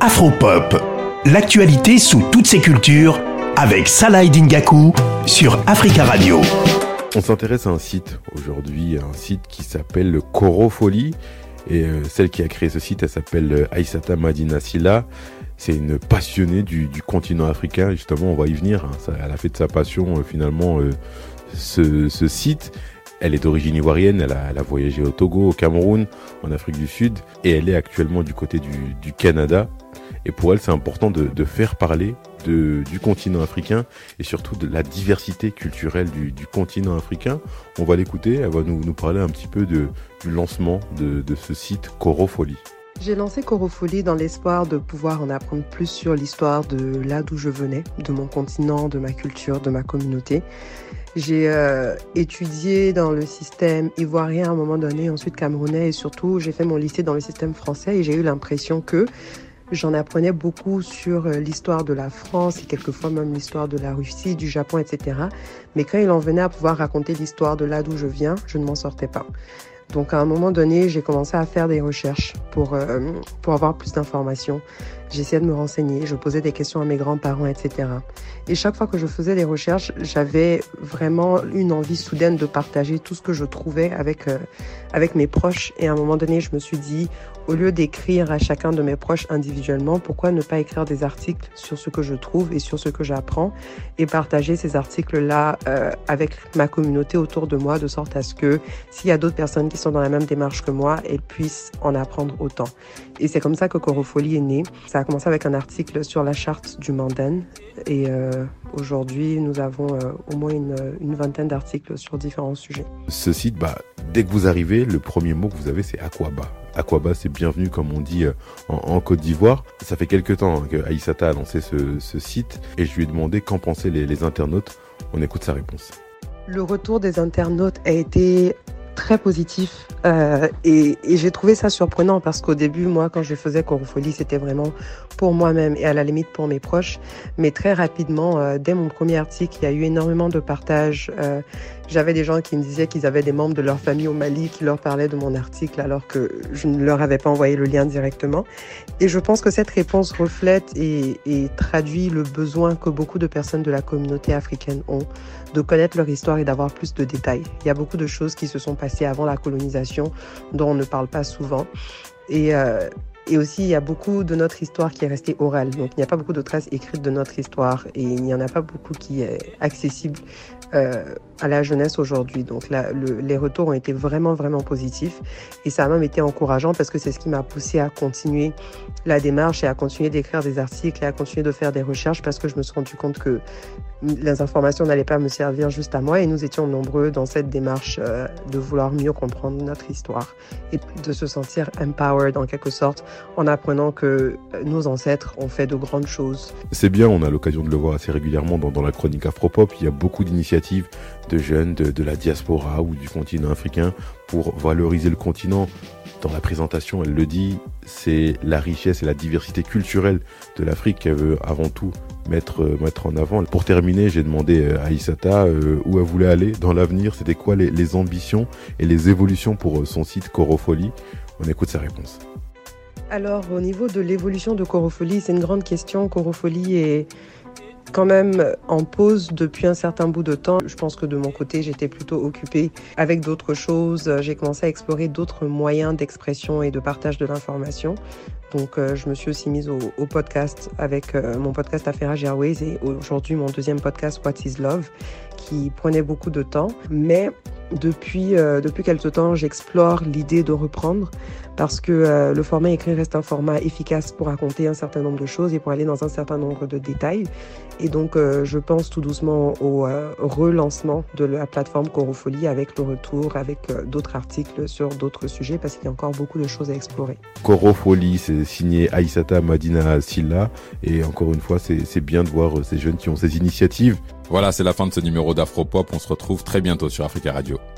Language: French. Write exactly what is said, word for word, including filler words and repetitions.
Afropop, l'actualité sous toutes ses cultures avec Salah Dingaku sur Africa Radio. On s'intéresse à un site aujourd'hui, un site qui s'appelle Korofolie. Et euh, celle qui a créé ce site, elle s'appelle Aïssata Madina Sylla. C'est une passionnée du, du continent africain. Justement, on va y venir. Hein. Ça, elle a fait de sa passion euh, finalement euh, ce, ce site. Elle est d'origine ivoirienne. Elle a, elle a voyagé au Togo, au Cameroun, en Afrique du Sud. Et elle est actuellement du côté du, du Canada. Et pour elle, c'est important de, de faire parler de, du continent africain et surtout de la diversité culturelle du, du continent africain. On va l'écouter. Elle va nous, nous parler un petit peu de, du lancement de, de ce site Korofolie. J'ai lancé Korofolie dans l'espoir de pouvoir en apprendre plus sur l'histoire de là d'où je venais, de mon continent, de ma culture, de ma communauté. J'ai euh, étudié dans le système ivoirien à un moment donné, ensuite camerounais et surtout j'ai fait mon lycée dans le système français et j'ai eu l'impression que j'en apprenais beaucoup sur l'histoire de la France et quelquefois même l'histoire de la Russie, du Japon, et cetera. Mais quand il en venait à pouvoir raconter l'histoire de là d'où je viens, je ne m'en sortais pas. Donc à un moment donné, j'ai commencé à faire des recherches pour, euh, pour avoir plus d'informations. J'essayais de me renseigner, je posais des questions à mes grands-parents, et cetera. Et chaque fois que je faisais des recherches, j'avais vraiment une envie soudaine de partager tout ce que je trouvais avec, euh, avec mes proches. Et à un moment donné, je me suis dit, au lieu d'écrire à chacun de mes proches individuellement, pourquoi ne pas écrire des articles sur ce que je trouve et sur ce que j'apprends et partager ces articles-là euh, avec ma communauté autour de moi, de sorte à ce que s'il y a d'autres personnes qui sont dans la même démarche que moi, elles puissent en apprendre autant. Et c'est comme ça que Korofolie est né. Ça a commencé avec un article sur la charte du Manden et euh, aujourd'hui, nous avons euh, au moins une, une vingtaine d'articles sur différents sujets. Ce site, bah, dès que vous arrivez, le premier mot que vous avez, c'est Akwaba. Akwaba, c'est bienvenue, comme on dit en, en Côte d'Ivoire. Ça fait quelques temps hein, que Aïssata a lancé ce, ce site et je lui ai demandé qu'en pensaient les, les internautes. On écoute sa réponse. Le retour des internautes a été très positif euh, et, et j'ai trouvé ça surprenant parce qu'au début, moi, quand je faisais Korofolie, c'était vraiment pour moi-même et à la limite pour mes proches. Mais très rapidement, euh, dès mon premier article, il y a eu énormément de partages. Euh, J'avais des gens qui me disaient qu'ils avaient des membres de leur famille au Mali qui leur parlaient de mon article alors que je ne leur avais pas envoyé le lien directement. Et je pense que cette réponse reflète et, et traduit le besoin que beaucoup de personnes de la communauté africaine ont de connaître leur histoire et d'avoir plus de détails. Il y a beaucoup de choses qui se sont passées avant la colonisation dont on ne parle pas souvent. Et... Euh, Et aussi, il y a beaucoup de notre histoire qui est restée orale. Donc, il n'y a pas beaucoup de traces écrites de notre histoire et il n'y en a pas beaucoup qui est accessible euh, à la jeunesse aujourd'hui. Donc, là, le, les retours ont été vraiment, vraiment positifs et ça a même été encourageant parce que c'est ce qui m'a poussé à continuer la démarche et à continuer d'écrire des articles et à continuer de faire des recherches parce que je me suis rendu compte que les informations n'allaient pas me servir juste à moi et nous étions nombreux dans cette démarche euh, de vouloir mieux comprendre notre histoire et de se sentir empowered en quelque sorte en apprenant que nos ancêtres ont fait de grandes choses. C'est bien, on a l'occasion de le voir assez régulièrement dans, dans la chronique Afropop. Il y a beaucoup d'initiatives de jeunes de, de la diaspora ou du continent africain pour valoriser le continent. Dans la présentation, elle le dit, c'est la richesse et la diversité culturelle de l'Afrique qu'elle veut avant tout mettre, mettre en avant. Pour terminer, j'ai demandé à Aïssata euh, où elle voulait aller dans l'avenir, c'était quoi les, les ambitions et les évolutions pour son site Korofolie. On écoute sa réponse. Alors, au niveau de l'évolution de Korofolie, c'est une grande question. Korofolie est quand même en pause depuis un certain bout de temps. Je pense que de mon côté, j'étais plutôt occupée avec d'autres choses. J'ai commencé à explorer d'autres moyens d'expression et de partage de l'information. Donc, euh, je me suis aussi mise au, au podcast avec euh, mon podcast Affairage Airways et aujourd'hui mon deuxième podcast What is Love qui prenait beaucoup de temps. Mais depuis, euh, depuis quelque temps, j'explore l'idée de reprendre parce que euh, le format écrit reste un format efficace pour raconter un certain nombre de choses et pour aller dans un certain nombre de détails. Et donc, euh, je pense tout doucement au euh, relancement de la plateforme Korofolie avec le retour, avec euh, d'autres articles sur d'autres sujets parce qu'il y a encore beaucoup de choses à explorer. Korofolie, c'est signé Aïssata Madina Sylla et encore une fois, c'est, c'est bien de voir ces jeunes qui ont ces initiatives. Voilà, c'est la fin de ce numéro d'Afropop. On se retrouve très bientôt sur Africa Radio.